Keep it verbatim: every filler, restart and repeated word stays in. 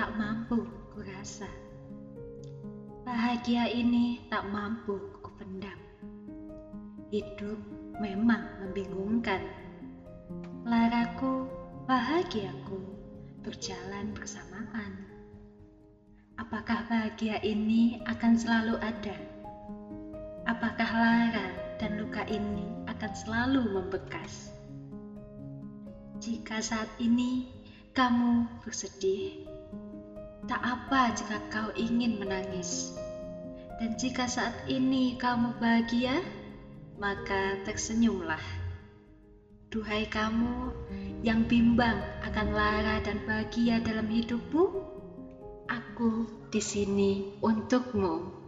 tak mampu kurasa. Bahagia ini tak mampu kupendam. Hidup memang membingungkan. Laraku, bahagiaku berjalan bersamaan. Apakah bahagia ini akan selalu ada? Apakah lara dan luka ini akan selalu membekas? Jika saat ini kamu bersedih, tak apa jika kau ingin menangis. Dan jika saat ini kamu bahagia, maka tersenyumlah. Duhai kamu yang bimbang akan lara dan bahagia dalam hidupmu, aku di sini untukmu.